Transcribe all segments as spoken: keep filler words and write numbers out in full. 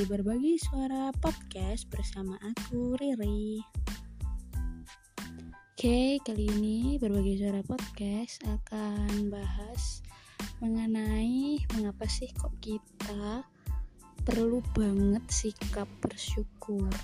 di Berbagi Suara Podcast bersama aku, Riri. Oke, kali ini Berbagi Suara Podcast akan bahas mengenai mengapa sih kok kita perlu banget sikap bersyukur.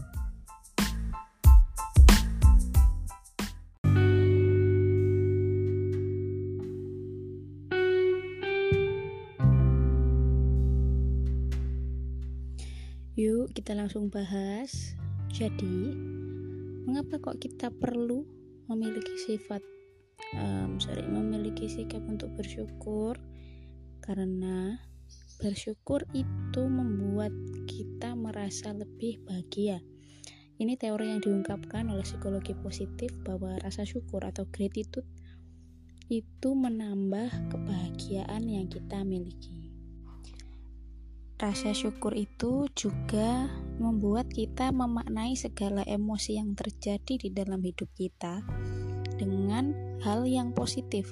Yuk kita langsung bahas. Jadi, mengapa kok kita perlu memiliki sifat um, sorry, memiliki sikap untuk bersyukur? Karena bersyukur itu membuat kita merasa lebih bahagia. Ini teori yang diungkapkan oleh psikologi positif bahwa rasa syukur atau gratitude itu menambah kebahagiaan yang kita miliki. Rasa syukur itu juga membuat kita memaknai segala emosi yang terjadi di dalam hidup kita dengan hal yang positif.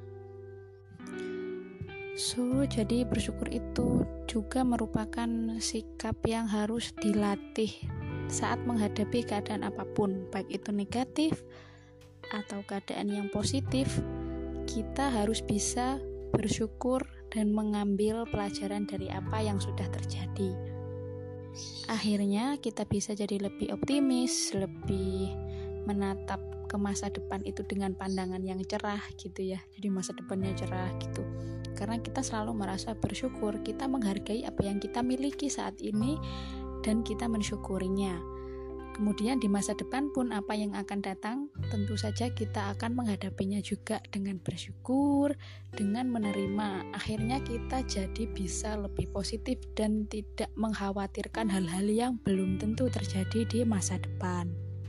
So, jadi bersyukur itu juga merupakan sikap yang harus dilatih saat menghadapi keadaan apapun, baik itu negatif atau keadaan yang positif. Kita harus bisa bersyukur dan mengambil pelajaran dari apa yang sudah terjadi. Akhirnya kita bisa jadi lebih optimis, lebih menatap ke masa depan itu dengan pandangan yang cerah gitu ya. Jadi masa depannya cerah gitu. Karena kita selalu merasa bersyukur, kita menghargai apa yang kita miliki saat ini dan kita mensyukurinya. Kemudian di masa depan pun apa yang akan datang, tentu saja kita akan menghadapinya juga dengan bersyukur, dengan menerima. Akhirnya kita jadi bisa lebih positif dan tidak mengkhawatirkan hal-hal yang belum tentu terjadi di masa depan.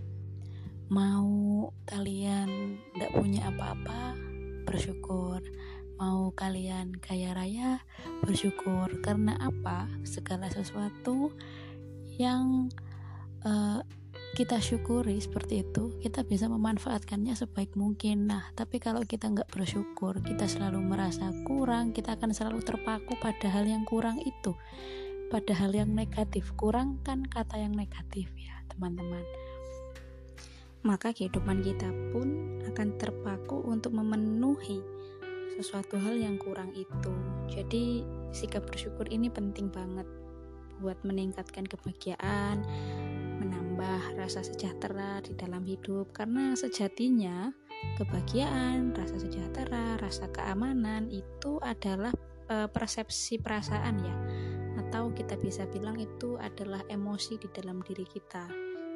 Mau kalian tidak punya apa-apa, bersyukur. Mau kalian kaya raya, bersyukur. Karena apa? Segala sesuatu yang Uh, kita syukuri seperti itu, kita bisa memanfaatkannya sebaik mungkin. Nah, tapi kalau kita nggak bersyukur, kita selalu merasa kurang, kita akan selalu terpaku pada hal yang kurang itu, pada hal yang negatif. Kurang kan kata yang negatif ya teman-teman. Maka kehidupan kita pun akan terpaku untuk memenuhi sesuatu hal yang kurang itu. Jadi sikap bersyukur ini penting banget buat meningkatkan kebahagiaan, menambah rasa sejahtera di dalam hidup. Karena sejatinya kebahagiaan, rasa sejahtera, rasa keamanan itu adalah e, persepsi perasaan ya, atau kita bisa bilang itu adalah emosi di dalam diri kita.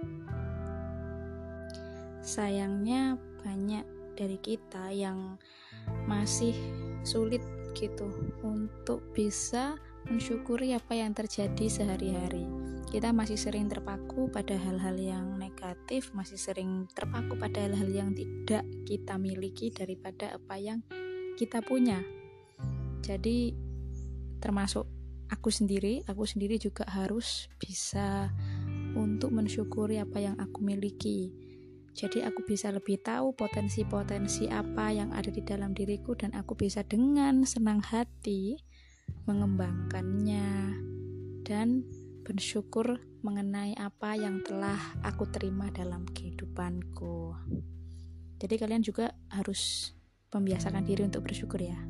Sayangnya banyak dari kita yang masih sulit gitu untuk bisa mensyukuri apa yang terjadi sehari-hari. Kita masih sering terpaku pada hal-hal yang negatif, masih sering terpaku pada hal-hal yang tidak kita miliki daripada apa yang kita punya. Jadi termasuk aku sendiri, aku sendiri juga harus bisa untuk mensyukuri apa yang aku miliki. Jadi aku bisa lebih tahu potensi-potensi apa yang ada di dalam diriku dan aku bisa dengan senang hati mengembangkannya dan bersyukur mengenai apa yang telah aku terima dalam kehidupanku. Jadi kalian juga harus membiasakan diri untuk bersyukur ya.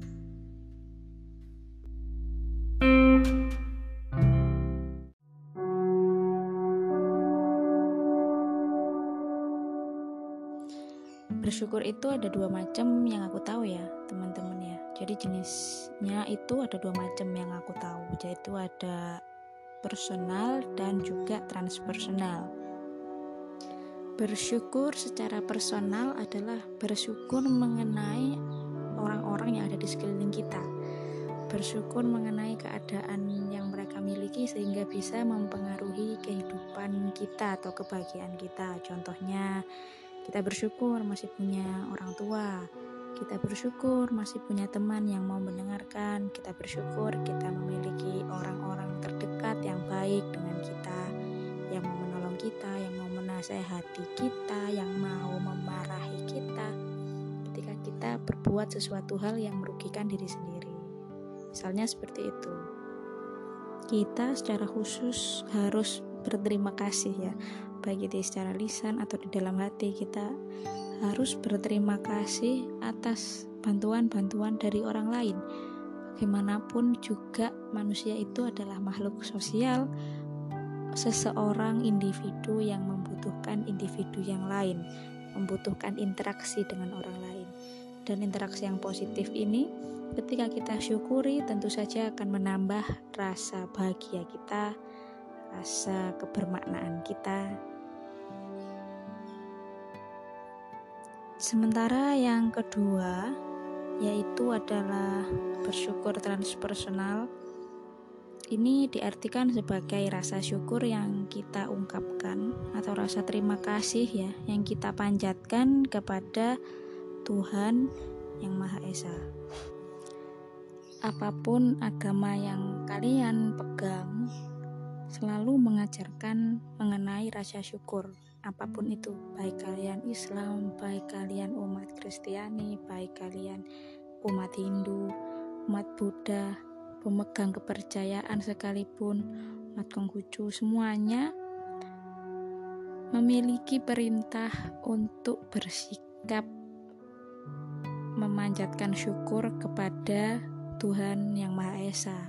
Bersyukur itu ada dua macam yang aku tahu ya teman-teman ya. Jadi jenisnya itu ada dua macam yang aku tahu, yaitu ada personal dan juga transpersonal. Bersyukur secara personal adalah bersyukur mengenai orang-orang yang ada di sekeliling kita. Bersyukur mengenai keadaan yang mereka miliki sehingga bisa mempengaruhi kehidupan kita atau kebahagiaan kita. Contohnya, kita bersyukur masih punya orang tua, kita bersyukur masih punya teman yang mau mendengarkan, kita bersyukur kita memiliki orang-orang terdekat yang baik dengan kita, yang mau menolong kita, yang mau menasehati kita, yang mau memarahi kita ketika kita berbuat sesuatu hal yang merugikan diri sendiri. Misalnya seperti itu. kita secara khusus harus berterima kasih ya, baik itu secara lisan atau di dalam hati. Kita harus berterima kasih atas bantuan-bantuan dari orang lain. Bagaimanapun juga manusia itu adalah makhluk sosial, seseorang individu yang membutuhkan individu yang lain, membutuhkan interaksi dengan orang lain. Dan interaksi yang positif ini ketika kita syukuri tentu saja akan menambah rasa bahagia kita, rasa kebermaknaan kita. Sementara yang kedua yaitu adalah bersyukur transpersonal. Ini diartikan sebagai rasa syukur yang kita ungkapkan atau rasa terima kasih ya yang kita panjatkan kepada Tuhan yang Maha Esa. Apapun agama yang kalian pegang selalu mengajarkan mengenai rasa syukur. Apapun itu, baik kalian Islam, baik kalian umat Kristiani, baik kalian umat Hindu, umat Buddha, pemegang kepercayaan sekalipun, umat Konghucu, semuanya memiliki perintah untuk bersikap memanjatkan syukur kepada Tuhan yang Maha Esa.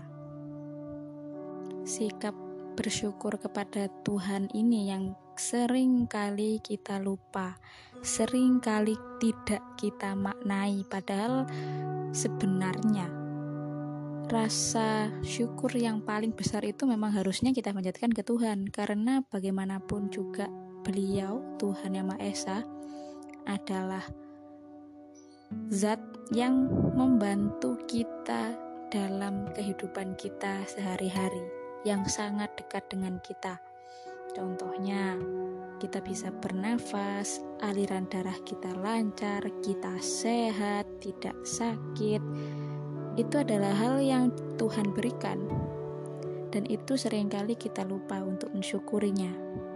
Sikap bersyukur kepada Tuhan ini yang sering kali kita lupa, sering kali tidak kita maknai, padahal sebenarnya rasa syukur yang paling besar itu memang harusnya kita panjatkan ke Tuhan, karena bagaimanapun juga beliau, Tuhan yang Maha Esa, adalah zat yang membantu kita dalam kehidupan kita sehari-hari, yang sangat dekat dengan kita. Contohnya, kita bisa bernafas, aliran darah kita lancar, kita sehat, tidak sakit. Itu adalah hal yang Tuhan berikan, dan itu seringkali kita lupa untuk mensyukurinya.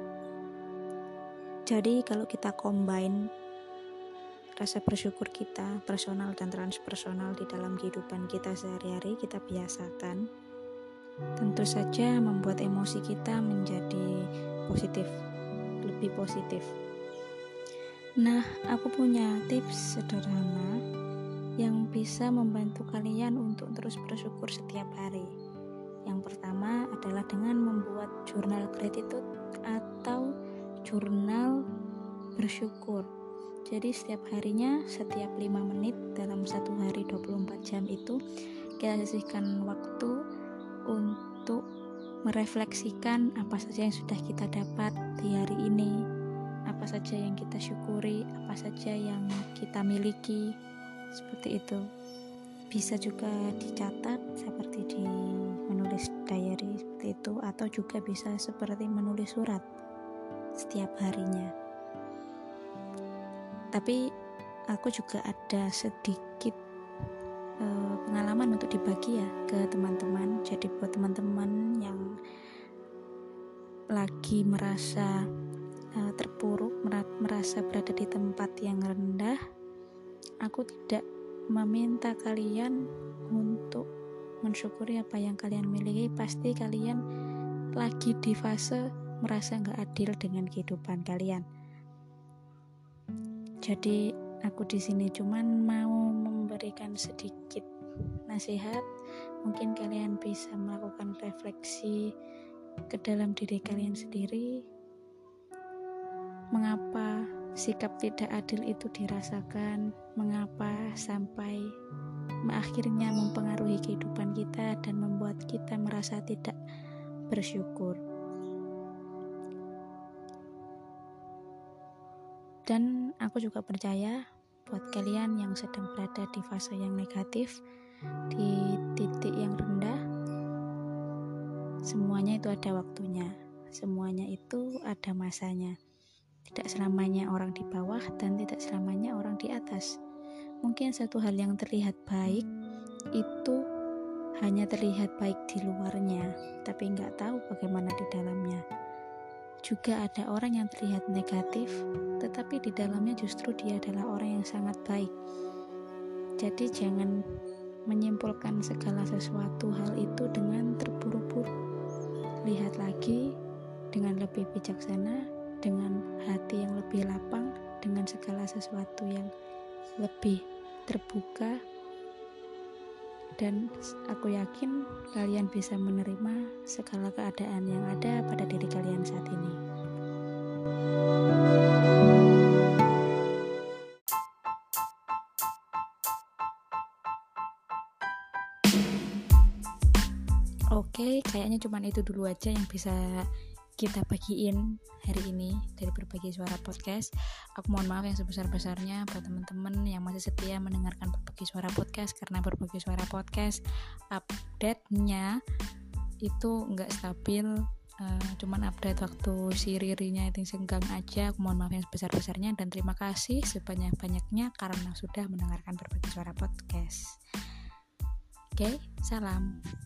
Jadi kalau kita combine rasa bersyukur kita, personal dan transpersonal di dalam kehidupan kita sehari-hari, kita biasakan, tentu saja membuat emosi kita menjadi positif, lebih positif. Nah, aku punya tips sederhana yang bisa membantu kalian untuk terus bersyukur setiap hari. Yang pertama adalah dengan membuat jurnal gratitude atau jurnal bersyukur. Jadi setiap harinya, setiap lima menit dalam satu hari dua puluh empat jam itu kita sisihkan waktu untuk merefleksikan apa saja yang sudah kita dapat di hari ini, apa saja yang kita syukuri, apa saja yang kita miliki, seperti itu. Bisa juga dicatat seperti di menulis diary seperti itu, atau juga bisa seperti menulis surat setiap harinya. Tapi aku juga ada sedikit uh, pengalaman untuk dibagi ya ke teman-teman. Jadi buat teman-teman yang lagi merasa uh, terpuruk, merasa berada di tempat yang rendah, aku tidak meminta kalian untuk mensyukuri apa yang kalian miliki. Pasti kalian lagi di fase merasa gak adil dengan kehidupan kalian. Jadi aku di sini cuman mau memberikan sedikit nasihat. Mungkin kalian bisa melakukan refleksi ke dalam diri kalian sendiri. Mengapa sikap tidak adil itu dirasakan? Mengapa sampai akhirnya mempengaruhi kehidupan kita dan membuat kita merasa tidak bersyukur? Dan aku juga percaya buat kalian yang sedang berada di fase yang negatif, di titik yang rendah, semuanya itu ada waktunya, semuanya itu ada masanya. Tidak selamanya orang di bawah dan tidak selamanya orang di atas. Mungkin satu hal yang terlihat baik itu hanya terlihat baik di luarnya, tapi nggak tahu bagaimana di dalamnya. Juga ada orang yang terlihat negatif, tetapi di dalamnya justru dia adalah orang yang sangat baik. Jadi jangan menyimpulkan segala sesuatu hal itu dengan terburu-buru. lihat lagi dengan lebih bijaksana, dengan hati yang lebih lapang, dengan segala sesuatu yang lebih terbuka. Dan aku yakin kalian bisa menerima segala keadaan yang ada pada diri kalian saat ini. Oke, kayaknya cuma itu dulu aja yang bisa kita bagiin hari ini dari Berbagi Suara Podcast. Aku mohon maaf yang sebesar-besarnya buat teman-teman yang masih setia mendengarkan Berbagi Suara Podcast, karena Berbagi Suara Podcast update-nya itu nggak stabil, uh, cuman update waktu si Ririnya itu senggang aja. Aku mohon maaf yang sebesar-besarnya dan terima kasih sebanyak-banyaknya karena sudah mendengarkan Berbagi Suara Podcast. Oke, salam.